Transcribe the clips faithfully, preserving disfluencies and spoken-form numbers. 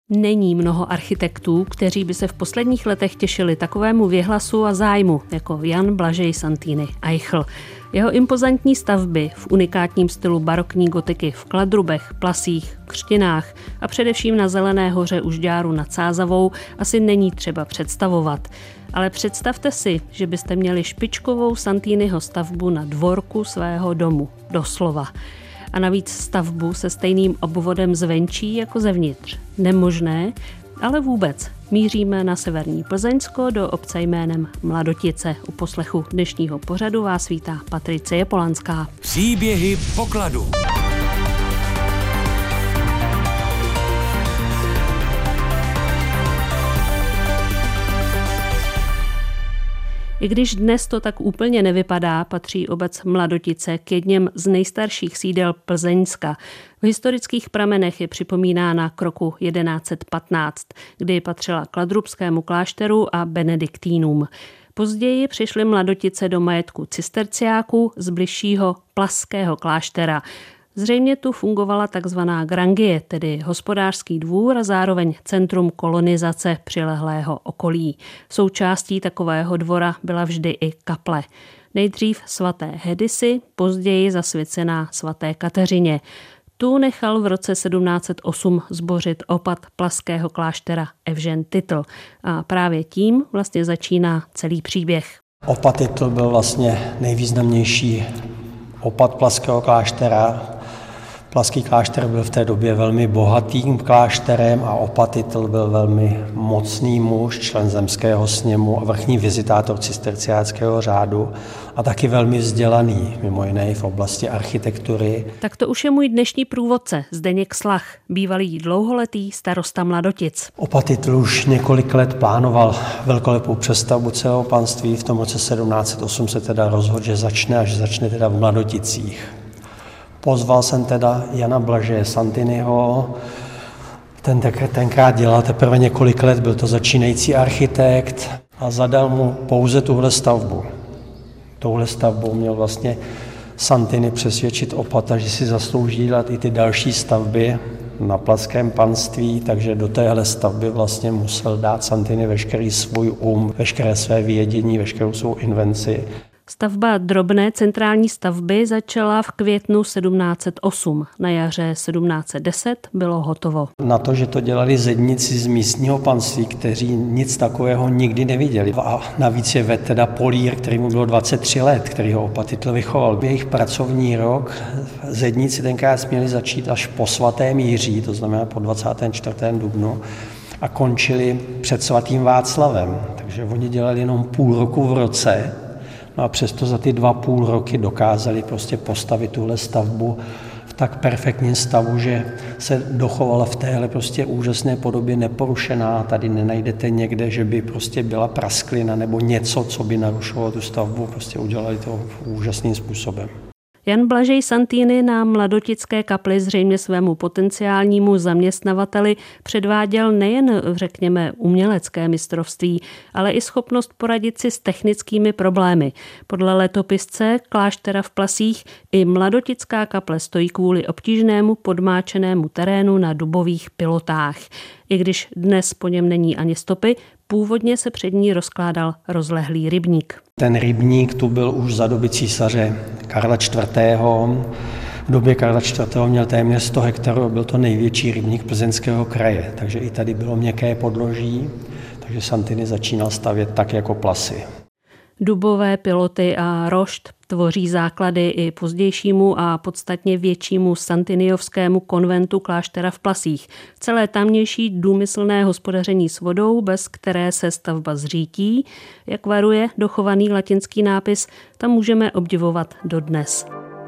Není mnoho architektů, kteří by se v posledních letech těšili takovému věhlasu a zájmu jako Jan Blažej Santini Eichl. Jeho impozantní stavby v unikátním stylu barokní gotiky v Kladrubech, Plasích, Křtinách a především na Zelené hoře u Žďáru nad Sázavou asi není třeba představovat. Ale představte si, že byste měli špičkovou Santiniho stavbu na dvorku svého domu, doslova. A navíc stavbu se stejným obvodem zvenčí jako zevnitř. Nemožné, ale vůbec. Míříme na severní Plzeňsko do obce jménem Mladotice. U poslechu dnešního pořadu vás vítá Patricie Polanská. Příběhy pokladu. I když dnes to tak úplně nevypadá, patří obec Mladotice k jedněm z nejstarších sídel Plzeňska. V historických pramenech je připomínána k roku jedenáct set patnáct, kdy patřila Kladrubskému klášteru a benediktínům. Později přišly Mladotice do majetku cisterciáků z bližšího Plaského kláštera. Zřejmě tu fungovala takzvaná grangie, tedy hospodářský dvůr a zároveň centrum kolonizace přilehlého okolí. Součástí takového dvora byla vždy i kaple. Nejdřív svaté Hedisy, později zasvěcená svaté Kateřině. Tu nechal v roce sedmnáct set osm zbořit opat Plaského kláštera Evžen Titl. A právě tím vlastně začíná celý příběh. Opat Titl byl vlastně nejvýznamnější opat Plaského kláštera. Plaský klášter byl v té době velmi bohatým klášterem a opat Titl byl velmi mocný muž, člen zemského sněmu a vrchní vizitátor cisterciáckého řádu a taky velmi vzdělaný, mimo jiné v oblasti architektury. Tak to už je můj dnešní průvodce, Zdeněk Slach, bývalý dlouholetý starosta Mladotic. Opat Titl už několik let plánoval velkolepou přestavbu celého panství, v tom roce sedmnáct set osm se teda rozhodl, že začne až začne teda v Mladoticích. Pozval jsem teda Jana Blažeje Santiniho, ten tenkrát dělal teprve několik let, byl to začínající architekt a zadal mu pouze tuhle stavbu. Touhle stavbou měl vlastně Santini přesvědčit opata, že si zaslouží dělat i ty další stavby na Plaském panství, takže do téhle stavby vlastně musel dát Santini veškerý svůj um, veškeré své vědění, veškerou svou invenci. Stavba drobné centrální stavby začala v květnu sedmnáct set osm. Na jaře sedmnáct set deset bylo hotovo. Na to, že to dělali zedníci z místního panství, kteří nic takového nikdy neviděli. A navíc je ved teda Polír, který mu bylo dvacet tři let, který ho opat Titl vychoval. Jejich pracovní rok zedníci tenkrát směli začít až po svatém Jiří, to znamená po dvacátém čtvrtém dubnu, a končili před svatým Václavem. Takže oni dělali jenom půl roku v roce. No a přesto za ty dva půl roky dokázali prostě postavit tuhle stavbu v tak perfektním stavu, že se dochovala v téhle prostě úžasné podobě neporušená. Tady nenajdete někde, že by prostě byla prasklina nebo něco, co by narušovalo tu stavbu. Prostě udělali to úžasným způsobem. Jan Blažej Santini na Mladotické kapli zřejmě svému potenciálnímu zaměstnavateli předváděl nejen, řekněme, umělecké mistrovství, ale i schopnost poradit si s technickými problémy. Podle letopisce kláštera v Plasích i Mladotická kaple stojí kvůli obtížnému podmáčenému terénu na dubových pilotách. I když dnes po něm není ani stopy, původně se před ní rozkládal rozlehlý rybník. Ten rybník tu byl už za doby císaře Karla čtvrtého. V době Karla čtvrtého měl téměř sto hektarů, byl to největší rybník Plzeňského kraje, takže i tady bylo měkké podloží, takže Santini začínal stavět tak jako Plasy. Dubové piloty a rošt tvoří základy i pozdějšímu a podstatně většímu santiniovskému konventu kláštera v Plasích. Celé tamnější důmyslné hospodaření s vodou, bez které se stavba zřítí, jak varuje dochovaný latinský nápis, tam můžeme obdivovat dodnes.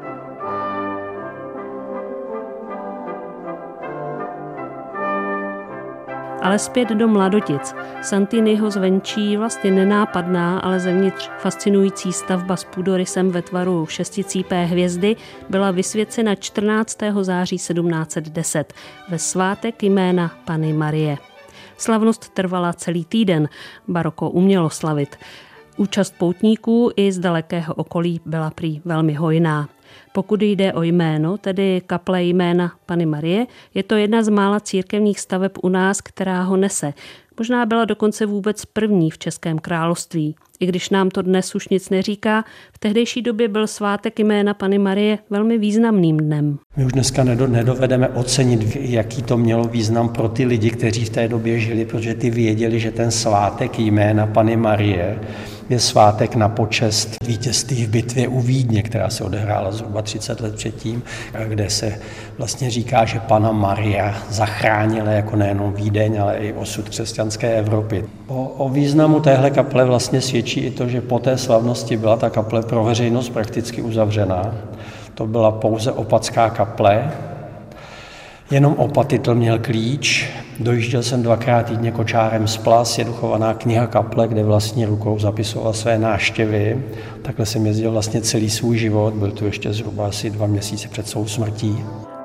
Ale zpět do Mladotic. Santiniho zvenčí vlastně nenápadná, ale zevnitř fascinující stavba s půdorysem ve tvaru šesticípé hvězdy byla vysvěcena čtrnáctého září sedmnáct set deset ve svátek jména Panny Marie. Slavnost trvala celý týden, baroko umělo slavit. Účast poutníků i z dalekého okolí byla prý velmi hojná. Pokud jde o jméno, tedy kaple jména Panny Marie, je to jedna z mála církevních staveb u nás, která ho nese. Možná byla dokonce vůbec první v Českém království. I když nám to dnes už nic neříká, v tehdejší době byl svátek jména Panny Marie velmi významným dnem. My už dneska nedovedeme ocenit, jaký to mělo význam pro ty lidi, kteří v té době žili, protože ty věděli, že ten svátek jména Panny Marie je svátek na počest vítězství v bitvě u Vídně, která se odehrála zhruba třicet let předtím, kde se vlastně říká, že Panna Maria zachránila jako nejenom Vídeň, ale i osud křesťanské Evropy. O, o významu téhle kaple vlastně svědčí i to, že po té slavnosti byla ta kaple pro veřejnost prakticky uzavřená. To byla pouze opatská kaple, jenom opatitl měl klíč. Dojížděl jsem dvakrát týdně kočárem z Plas, je dochovaná kniha kaple, kde vlastní rukou zapisoval své návštěvy. Takhle jsem jezdil vlastně celý svůj život, byl tu ještě zhruba asi dva měsíce před svou smrtí.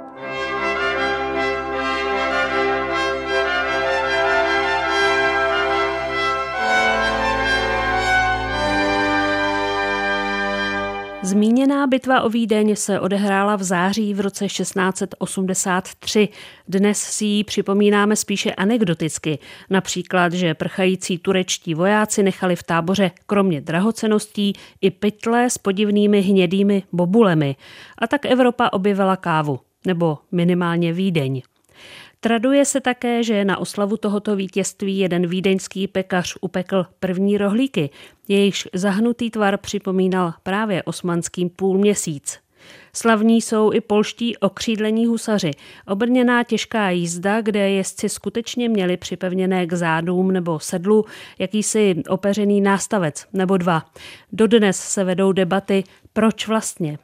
Zmíněná bitva o Vídeň se odehrála v září v roce šestnáct set osmdesát tři. Dnes si ji připomínáme spíše anekdoticky. Například, že prchající turečtí vojáci nechali v táboře kromě drahocenností i pytle s podivnými hnědými bobulemi. A tak Evropa objevila kávu, nebo minimálně Vídeň. Traduje se také, že na oslavu tohoto vítězství jeden vídeňský pekař upekl první rohlíky, jejichž zahnutý tvar připomínal právě osmanský půlměsíc. Slavní jsou i polští okřídlení husaři, obrněná těžká jízda, kde jezdci skutečně měli připevněné k zádům nebo sedlu jakýsi opeřený nástavec nebo dva. Dodnes se vedou debaty, proč vlastně.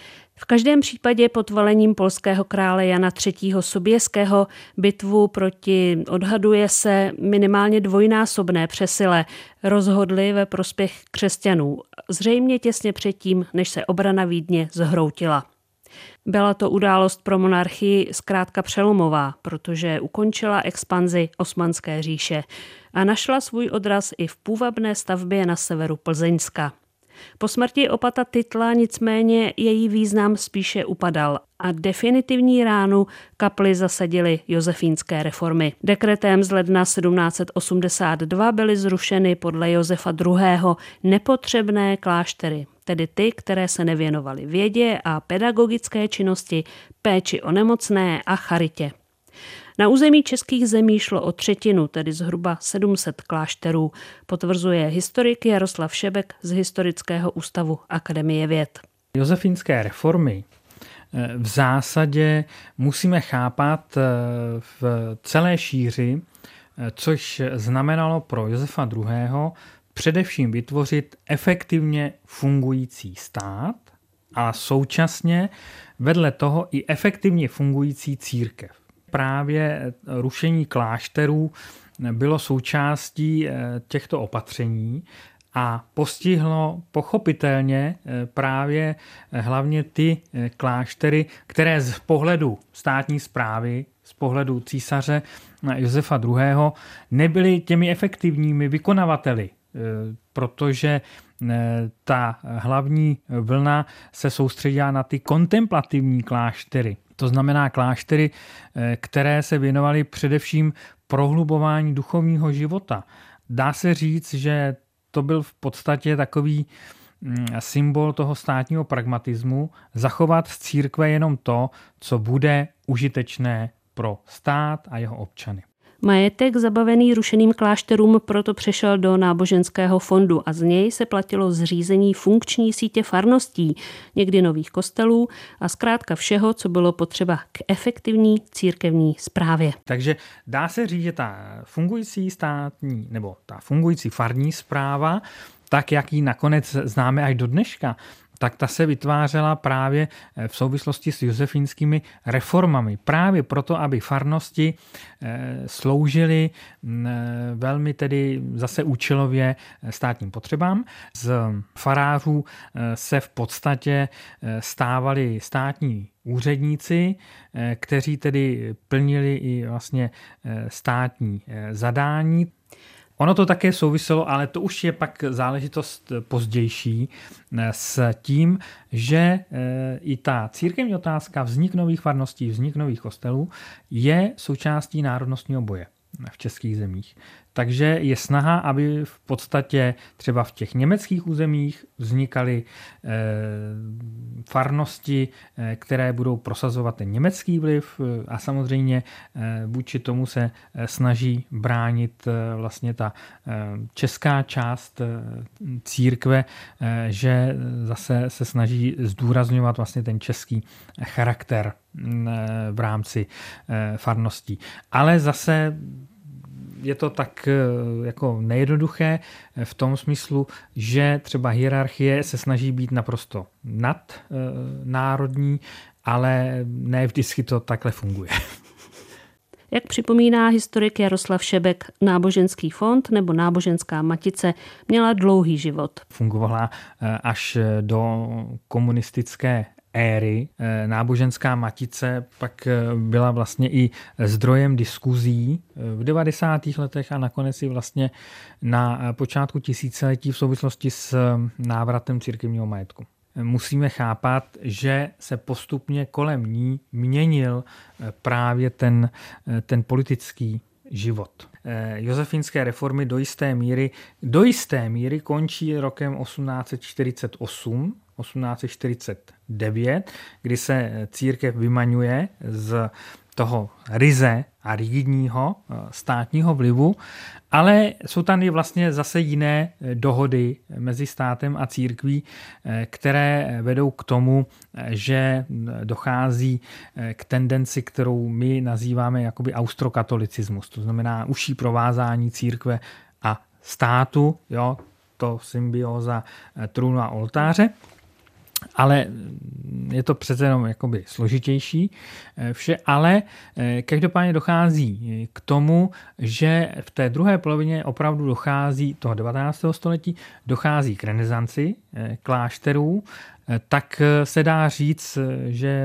V každém případě pod velením polského krále Jana třetího. Sobieskiego bitvu proti, odhaduje se, minimálně dvojnásobné přesile rozhodli ve prospěch křesťanů, zřejmě těsně předtím, než se obrana Vídně zhroutila. Byla to událost pro monarchii zkrátka přelomová, protože ukončila expanzi Osmanské říše a našla svůj odraz i v půvabné stavbě na severu Plzeňska. Po smrti opata Titla nicméně její význam spíše upadal a definitivní ránu kapli zasadily josefínské reformy. Dekretem z ledna sedmnáct set osmdesát dva byly zrušeny podle Josefa druhého. nepotřebné kláštery, tedy ty, které se nevěnovaly vědě a pedagogické činnosti, péči o nemocné a charitě. Na území českých zemí šlo o třetinu, tedy zhruba sedm set klášterů, potvrzuje historik Jaroslav Šebek z Historického ústavu Akademie věd. Josefínské reformy v zásadě musíme chápat v celé šíři, což znamenalo pro Josefa druhého. především vytvořit efektivně fungující stát a současně vedle toho i efektivně fungující církev. Právě rušení klášterů bylo součástí těchto opatření a postihlo pochopitelně právě hlavně ty kláštery, které z pohledu státní správy, z pohledu císaře Josefa druhého. nebyly těmi efektivními vykonavateli, protože ta hlavní vlna se soustředila na ty kontemplativní kláštery. To znamená kláštery, které se věnovaly především prohlubování duchovního života. Dá se říct, že to byl v podstatě takový symbol toho státního pragmatismu, zachovat z církve jenom to, co bude užitečné pro stát a jeho občany. Majetek zabavený rušeným klášterům proto přešel do náboženského fondu a z něj se platilo zřízení funkční sítě farností, někdy nových kostelů a zkrátka všeho, co bylo potřeba k efektivní církevní správě. Takže dá se říct, že ta fungující státní nebo ta fungující farní správa, tak jak ji nakonec známe až do dneška, tak ta se vytvářela právě v souvislosti s josefínskými reformami. Právě proto, aby farnosti sloužily velmi tedy zase účelově státním potřebám. Z farářů se v podstatě stávali státní úředníci, kteří tedy plnili i vlastně státní zadání. Ono to také souviselo, ale to už je pak záležitost pozdější s tím, že i ta církevní otázka, vznik nových farností, vznik nových kostelů je součástí národnostního boje v českých zemích. Takže je snaha, aby v podstatě třeba v těch německých územích vznikaly e, farnosti, e, které budou prosazovat ten německý vliv a samozřejmě e, vůči tomu se e, snaží bránit e, vlastně ta e, česká část e, církve, e, že zase se snaží zdůrazňovat vlastně ten český charakter e, v rámci e, farností. Ale zase je to tak jako nejednoduché v tom smyslu, že třeba hierarchie se snaží být naprosto nadnárodní, ale ne vždycky to takhle funguje. Jak připomíná historik Jaroslav Šebek, náboženský fond nebo náboženská matice měla dlouhý život. Fungovala až do komunistické éry. Náboženská matice pak byla vlastně i zdrojem diskuzí v devadesátých letech a nakonec i vlastně na počátku tisíciletí v souvislosti s návratem církevního majetku. Musíme chápat, že se postupně kolem ní měnil právě ten, ten politický život. Josefínské reformy do jisté míry, do jisté míry končí rokem osmnáct set čtyřicet osm, osmnáct set čtyřicet devět, kdy se církev vymaňuje z toho ryze a rigidního státního vlivu, ale jsou tam i vlastně zase jiné dohody mezi státem a církví, které vedou k tomu, že dochází k tendenci, kterou my nazýváme jakoby austrokatolicismus, to znamená užší provázání církve a státu, jo, to symbioza trůnu a oltáře. Ale je to přece jenom jakoby složitější vše, ale každopádně dochází k tomu, že v té druhé polovině opravdu dochází toho devatenáctého století, dochází k renesanci klášterů, tak se dá říct, že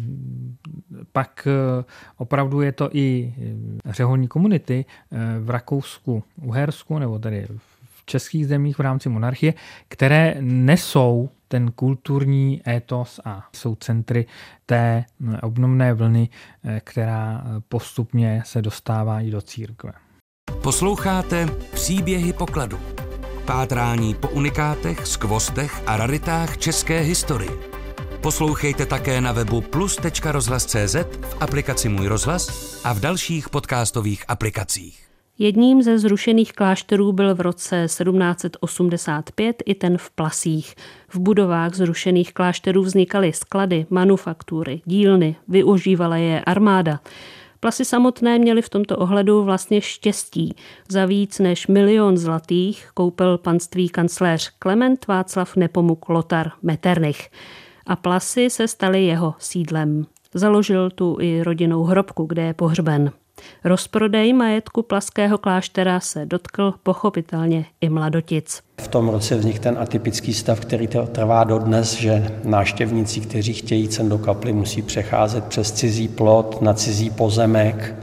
pak opravdu je to i řeholní komunity v Rakousku, Uhersku nebo tedy v českých zemích v rámci monarchie, které nesou ten kulturní étos a jsou centry té obnovné vlny, která postupně se dostává i do církve. Posloucháte Příběhy pokladu. Pátrání po unikátech, skvostech a raritách české historie. Poslouchejte také na webu plus tečka rozhlas tečka cé zet, v aplikaci Můj rozhlas a v dalších podcastových aplikacích. Jedním ze zrušených klášterů byl v roce sedmnáct set osmdesát pět i ten v Plasích. V budovách zrušených klášterů vznikaly sklady, manufaktury, dílny, využívala je armáda. Plasy samotné měly v tomto ohledu vlastně štěstí. Za víc než milion zlatých koupil panství kancléř Klement Václav Nepomuk Lothar Metternich. A Plasy se staly jeho sídlem. Založil tu i rodinnou hrobku, kde je pohřben. Rozprodej majetku Plaského kláštera se dotkl pochopitelně i mladotic. V tom roce vznikl ten atypický stav, který trvá dodnes, že návštěvníci, kteří chtějí jít sem do kapli, musí přecházet přes cizí plot na cizí pozemek,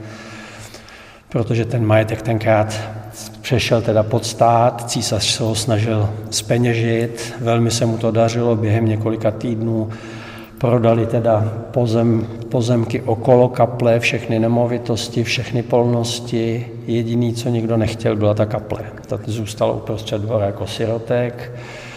protože ten majetek tenkrát přešel teda pod stát, císař se ho snažil zpeněžit, velmi se mu to dařilo, během několika týdnů prodali teda pozem, pozemky okolo kaple, všechny nemovitosti, všechny polnosti. Jediný, co nikdo nechtěl, byla ta kaple. Ta zůstala uprostřed dvora jako sirotek.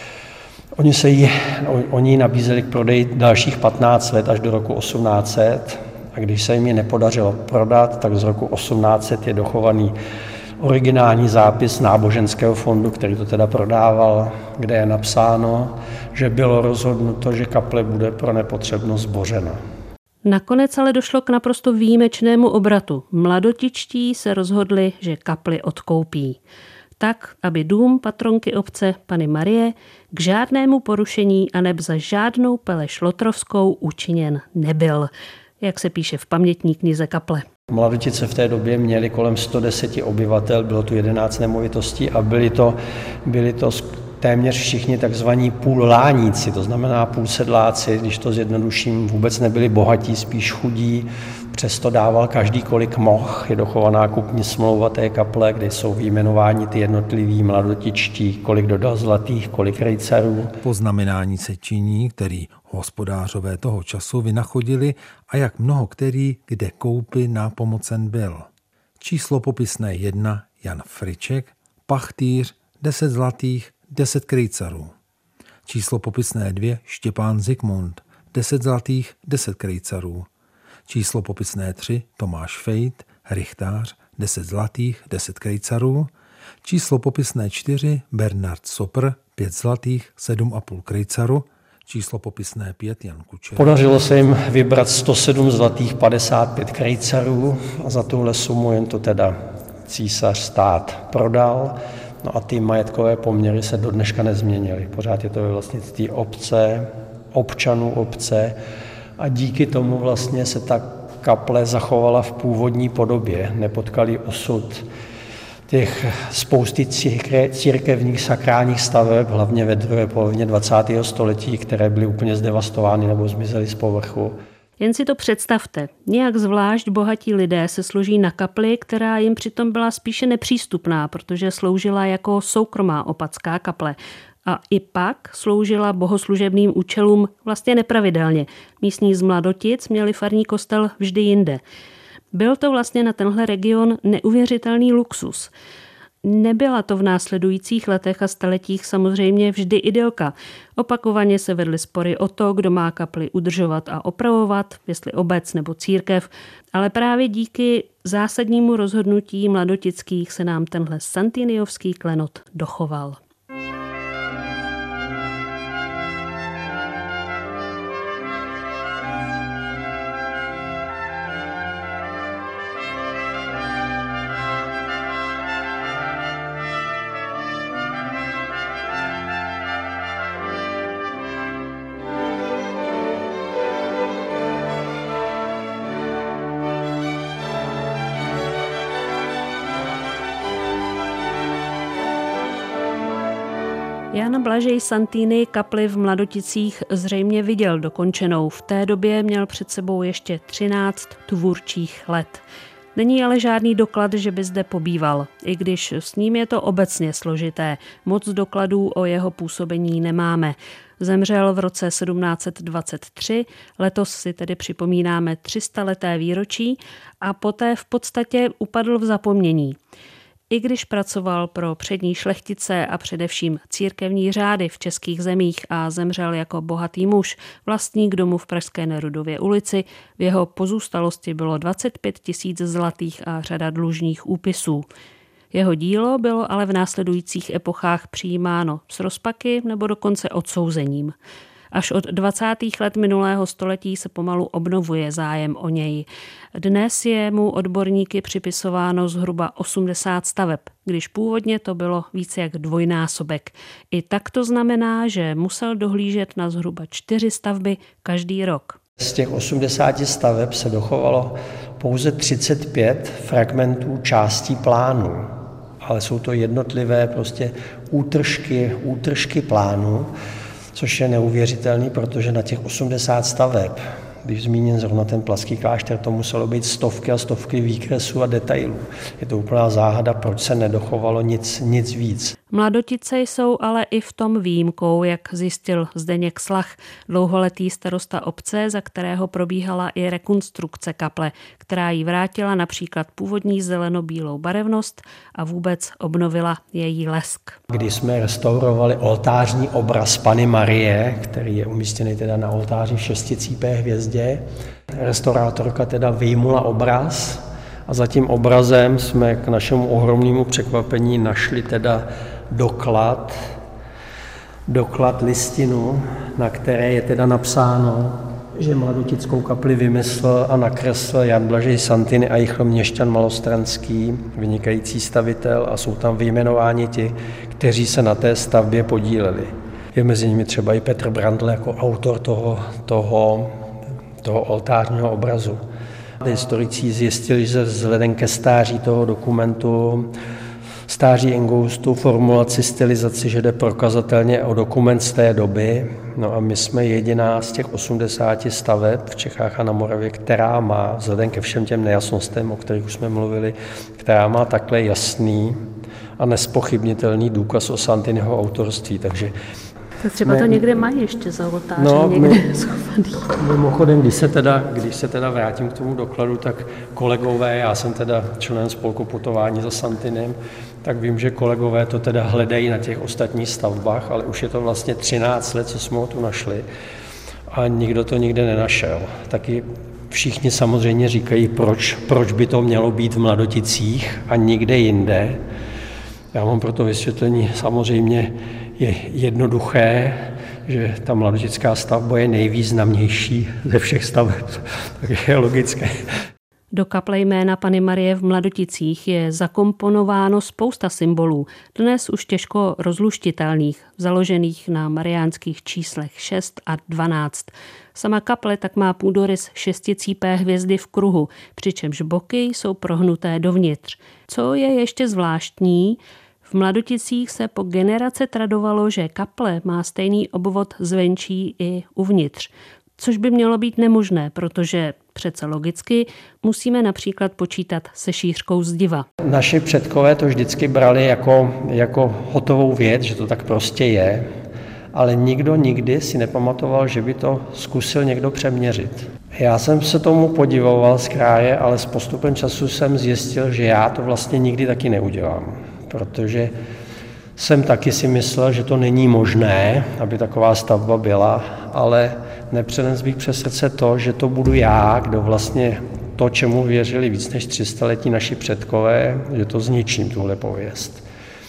Oni se jí, oni nabízeli k prodeji dalších patnáct let až do roku osmnáct set. A když se jim ji nepodařilo prodat, tak z roku osmnáct set je dochovaný originální zápis náboženského fondu, který to teda prodával, kde je napsáno, že bylo rozhodnuto, že kaple bude pro nepotřebnost zbořena. Nakonec ale došlo k naprosto výjimečnému obratu. Mladotičtí se rozhodli, že kapli odkoupí. Tak, aby dům patronky obce Panny Marie k žádnému porušení aneb za žádnou peleš lotrovskou učiněn nebyl, jak se píše v pamětní knize kaple. Mladotice v té době měli kolem sto deset obyvatel, bylo tu jedenáct nemovitostí a byli to, byli to téměř všichni takzvaní půlláníci, to znamená půlsedláci, když to zjednoduším, vůbec nebyli bohatí, spíš chudí, Přesto dával každý kolik mohl. Je dochovaná kupní smlouva té kaple, kde jsou vyjmenováni ty jednotliví mladotičtí, kolik dodal zlatých, kolik krejcarů. Poznamenání se činí, který hospodářové toho času vynachodili a jak mnoho který kde koupy nápomocen byl. Číslo popisné jedna Jan Friček, pachtýř, deset zlatých, deset krejcarů. Číslo popisné dvě Štěpán Zikmund, deset zlatých, deset krejcarů. Číslo popisné tři Tomáš Fejt, rychtář, deset zlatých, deset krejcarů. Číslo popisné čtyři Bernard Sopr, pět zlatých, sedm a půl krejcaru. Číslo popisné pět Jan Kučer. Podařilo se jim vybrat sto sedm zlatých, padesát pět krejcarů a za tuhle sumu jen to teda císař stát prodal. No a ty majetkové poměry se do dneška nezměnily. Pořád je to ve vlastnictví obce, občanů obce a díky tomu vlastně se ta kaple zachovala v původní podobě. Nepotkali osud těch spousty církevních sakrálních staveb, hlavně ve druhé polovině dvacátého století, které byly úplně zdevastovány nebo zmizely z povrchu. Jen si to představte. Nějak zvlášť bohatí lidé se složí na kapli, která jim přitom byla spíše nepřístupná, protože sloužila jako soukromá opatská kaple. A i pak sloužila bohoslužebným účelům vlastně nepravidelně. Místní z Mladotic měli farní kostel vždy jinde. Byl to vlastně na tenhle region neuvěřitelný luxus. Nebyla to v následujících letech a staletích samozřejmě vždy idylka. Opakovaně se vedly spory o to, kdo má kapli udržovat a opravovat, jestli obec nebo církev, ale právě díky zásadnímu rozhodnutí mladotických se nám tenhle santiniovský klenot dochoval. Jan Blažej Santini kapli v Mladoticích zřejmě viděl dokončenou. V té době měl před sebou ještě třináct tvůrčích let. Není ale žádný doklad, že by zde pobýval, i když s ním je to obecně složité. Moc dokladů o jeho působení nemáme. Zemřel v roce sedmnáct dvacet tři, letos si tedy připomínáme tři sta leté výročí a poté v podstatě upadl v zapomnění. I když pracoval pro přední šlechtice a především církevní řády v českých zemích a zemřel jako bohatý muž, vlastník domu v pražské Nerudově ulici, v jeho pozůstalosti bylo dvacet pět tisíc zlatých a řada dlužních úpisů. Jeho dílo bylo ale v následujících epochách přijímáno s rozpaky nebo dokonce odsouzením. Až od dvacátých let minulého století se pomalu obnovuje zájem o něj. Dnes je mu odborníky připisováno zhruba osmdesát staveb, když původně to bylo více jak dvojnásobek. I tak to znamená, že musel dohlížet na zhruba čtyři stavby každý rok. Z těch osmdesáti staveb se dochovalo pouze třicet pět fragmentů částí plánu, ale jsou to jednotlivé prostě útržky, útržky plánu, což je neuvěřitelný, protože na těch osmdesáti staveb, když zmíním zrovna ten Plaský klášter, to muselo být stovky a stovky výkresů a detailů. Je to úplná záhada, proč se nedochovalo nic, nic víc. Mladotice jsou ale i v tom výjimkou, jak zjistil Zdeněk Slach, dlouholetý starosta obce, za kterého probíhala i rekonstrukce kaple, která jí vrátila například původní zeleno-bílou barevnost a vůbec obnovila její lesk. Když jsme restaurovali oltářní obraz Panny Marie, který je umístěný teda na oltáři v šesticípé hvězdě, restaurátorka teda vyjmula obraz a za tím obrazem jsme k našemu ohromnému překvapení našli teda doklad, doklad listinu, na které je teda napsáno, že mladotickou kapli vymyslel a nakreslil Jan Blažej Santini a Jichl Měšťan Malostranský, vynikající stavitel, a jsou tam vyjmenováni ti, kteří se na té stavbě podíleli. Je mezi nimi třeba i Petr Brandl jako autor toho, toho, toho oltářního obrazu. Historici zjistili, že vzhledem ke stáří toho dokumentu stáří ingoustu, formulaci, stylizaci, že jde prokazatelně o dokument z té doby. No a my jsme jediná z těch osmdesáti staveb v Čechách a na Moravě, která má, vzhledem ke všem těm nejasnostem, o kterých už jsme mluvili, která má takhle jasný a nespochybnitelný důkaz o Santiniho autorství. Takže tak třeba my, to někde mají ještě za oltářem, no, někde schovaný. Mimochodem, když se, teda, když se teda vrátím k tomu dokladu, tak kolegové, já jsem teda členem spolku putování za Santinem, tak vím, že kolegové to teda hledají na těch ostatních stavbách, ale už je to vlastně třináct let, co jsme ho tu našli a nikdo to nikde nenašel. Taky všichni samozřejmě říkají, proč, proč by to mělo být v Mladoticích a nikde jinde. Já mám pro to vysvětlení, samozřejmě je jednoduché, že ta mladotická stavba je nejvýznamnější ze všech staveb, takže je logické. Do kaple jména Panny Marie v Mladoticích je zakomponováno spousta symbolů, dnes už těžko rozluštitelných, založených na mariánských číslech šest a dvanáct. Sama kaple tak má půdorys šesticípé hvězdy v kruhu, přičemž boky jsou prohnuté dovnitř. Co je ještě zvláštní, v Mladoticích se po generace tradovalo, že kaple má stejný obvod zvenčí i uvnitř, což by mělo být nemožné, protože přece logicky musíme například počítat se šířkou zdiva. Naši předkové to vždycky brali jako, jako hotovou věc, že to tak prostě je, ale nikdo nikdy si nepamatoval, že by to zkusil někdo přeměřit. Já jsem se tomu podivoval z kraje, ale s postupem času jsem zjistil, že já to vlastně nikdy taky neudělám, protože jsem taky si myslel, že to není možné, aby taková stavba byla, ale nepřenes bych přes srdce to, že to budu já, kdo vlastně to, čemu věřili víc než tři sta letí naši předkové, že to zničím, tuhle pověst.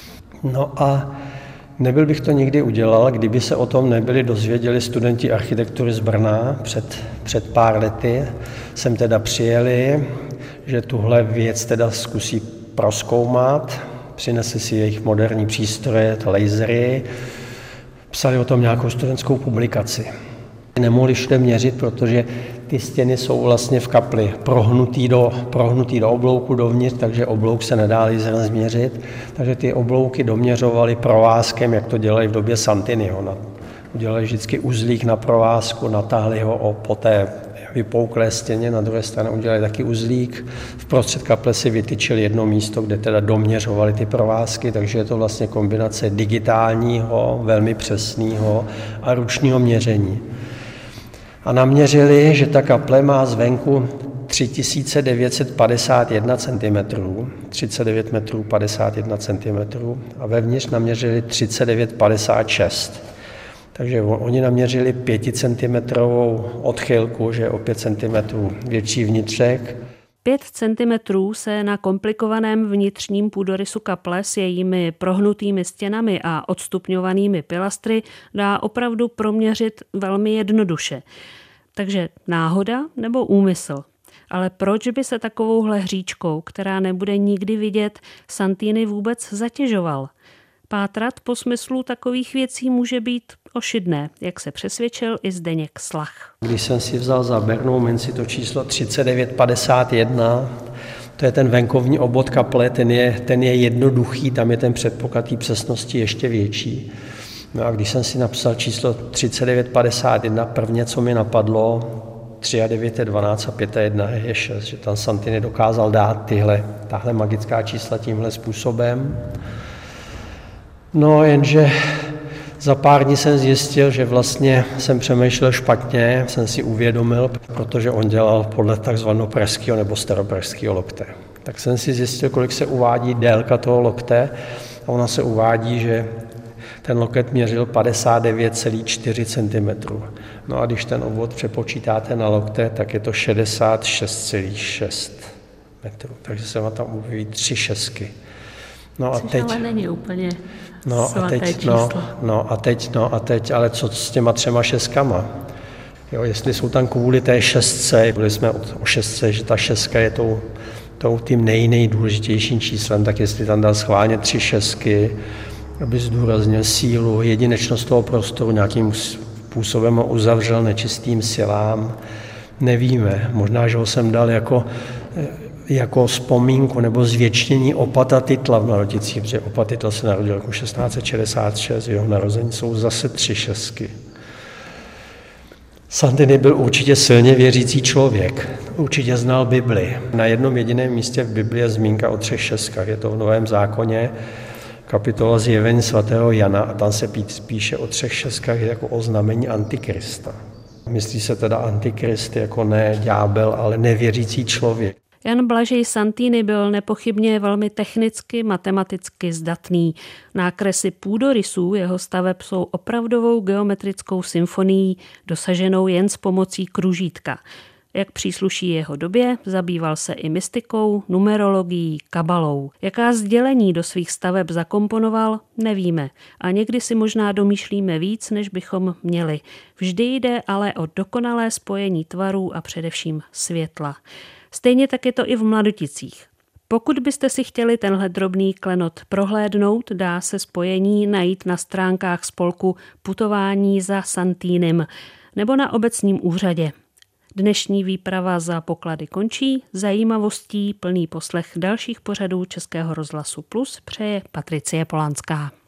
No a nebyl bych to nikdy udělal, kdyby se o tom nebyli dozvěděli studenti architektury z Brna před, před pár lety. Sem teda přijeli, že tuhle věc teda zkusí prozkoumat, přinesli si jejich moderní přístroje, lasery, psali o tom nějakou studentskou publikaci. Nemohli všude měřit, protože ty stěny jsou vlastně v kapli prohnutý do, prohnutý do oblouku dovnitř, takže oblouk se nedá laserem změřit. Takže ty oblouky doměřovali provázkem, jak to dělají v době Santiniho. Udělali vždycky uzlík na provázku, natáhli ho o po té vypouklé stěně, na druhé straně udělali taky uzlík. Vprostřed kaple si vytyčili jedno místo, kde teda doměřovali ty provázky, takže je to vlastně kombinace digitálního, velmi přesného a ručního měření. A naměřili, že ta kaple má zvenku tři tisíce devět set padesát jedna centimetrů, třicet devět metrů padesát jedna centimetrů a vevnitř naměřili třicet devět padesát šest. Takže oni naměřili pěticentimetrovou odchylku, že je o pět centimetrů větší vnitřek. Pět centimetrů se na komplikovaném vnitřním půdorysu kaple s jejími prohnutými stěnami a odstupňovanými pilastry dá opravdu proměřit velmi jednoduše. Takže náhoda nebo úmysl? Ale proč by se takovouhle hříčkou, která nebude nikdy vidět, Santini vůbec zatěžoval? Pátrat po smyslu takových věcí může být ošidné, jak se přesvědčil i Zdeněk Slach. Když jsem si vzal za bernou minci to číslo třicet devět padesát jedna, to je ten venkovní obvod kaple, ten je, ten je jednoduchý, tam je ten předpoklad té přesnosti ještě větší. No a když jsem si napsal číslo třicet devět padesát jedna, prvně, co mi napadlo, tři a devět je dvanáct a pět a jedna je šest, že tam Santini dokázal dát tyhle, tahle magická čísla tímhle způsobem. No jenže za pár dní jsem zjistil, že vlastně jsem přemýšlel špatně, jsem si uvědomil, protože on dělal podle takzvaného pražského nebo staropražského lokte. Tak jsem si zjistil, kolik se uvádí délka toho lokte a ona se uvádí, že ten loket měřil padesát devět celá čtyři centimetru. No a když ten obvod přepočítáte na lokte, tak je to šedesát šest celá šest metrů. Takže se vám tam objeví tři šestky. No a teď, ale není úplně no svaté a teď, číslo. No, no a teď, no a teď, ale co s těma třema šestkama? Jo, jestli jsou tam kvůli té šestce, byli jsme o šestce, že ta šestka je tou, tou tím nej, nejdůležitějším číslem, tak jestli tam dal schválně tři šestky, aby zdůraznil sílu, jedinečnost toho prostoru, nějakým způsobem ho uzavřel nečistým silám, nevíme. Možná, že ho jsem dal jako jako vzpomínku nebo zvětštění opata Titla v Mladoticích, protože opat Titla se narodil roku šestnáct set šedesát šest, jeho narození jsou zase tři šestky. Santini byl určitě silně věřící člověk, určitě znal Bibli. Na jednom jediném místě v Bibli je zmínka o třech šestkách, je to v Novém zákoně, kapitola Zjevení svatého Jana a tam se píše o třech šestkách jako o znamení Antikrista. Myslí se teda Antikrist jako ne ďábel, ale nevěřící člověk. Jan Blažej Santini byl nepochybně velmi technicky, matematicky zdatný. Nákresy půdorysů jeho staveb jsou opravdovou geometrickou symfonií, dosaženou jen s pomocí kružítka. Jak přísluší jeho době, zabýval se i mystikou, numerologií, kabalou. Jaká sdělení do svých staveb zakomponoval, nevíme. A někdy si možná domýšlíme víc, než bychom měli. Vždy jde ale o dokonalé spojení tvarů a především světla. Stejně tak je to i v Mladoticích. Pokud byste si chtěli tenhle drobný klenot prohlédnout, dá se spojení najít na stránkách spolku Putování za Santinem nebo na obecním úřadě. Dnešní výprava za poklady končí, zajímavostí plný poslech dalších pořadů Českého rozhlasu Plus přeje Patricie Polanská.